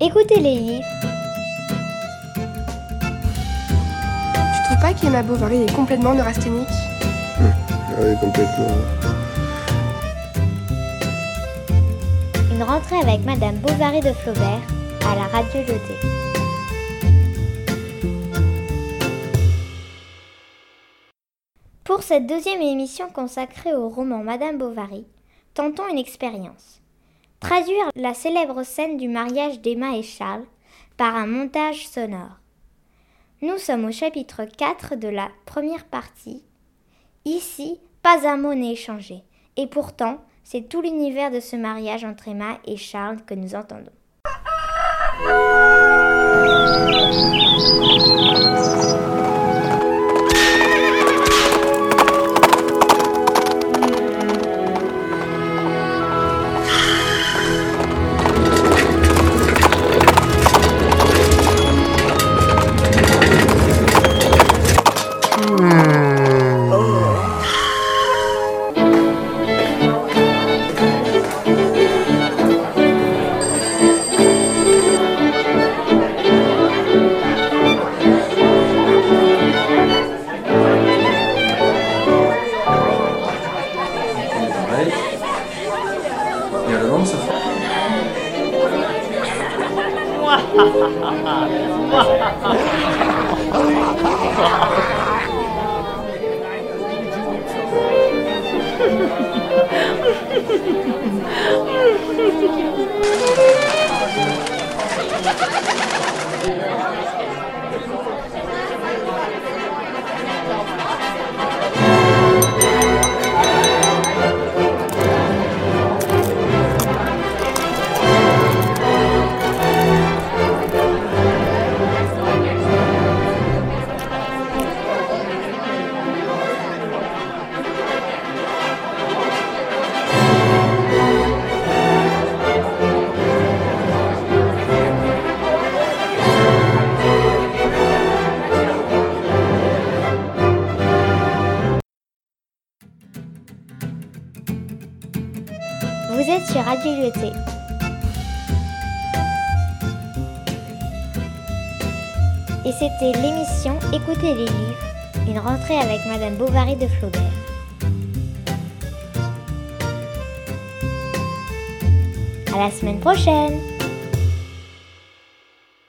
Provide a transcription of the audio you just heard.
Écoutez les livres. Tu trouves pas qu'Emma Bovary est complètement neurasthénique ? Oui, complètement. Une rentrée avec Madame Bovary de Flaubert à la radio Lyoté. Pour cette deuxième émission consacrée au roman Madame Bovary, tentons une expérience. Traduire la célèbre scène du mariage d'Emma et Charles par un montage sonore. Nous sommes au chapitre 4 de la première partie. Ici, pas un mot n'est échangé. Et pourtant, c'est tout l'univers de ce mariage entre Emma et Charles que nous entendons. Il y a le vent, ça fait. Vous êtes sur Radio Lyoté. Et c'était l'émission Écoutez les livres, une rentrée avec Madame Bovary de Flaubert. À la semaine prochaine!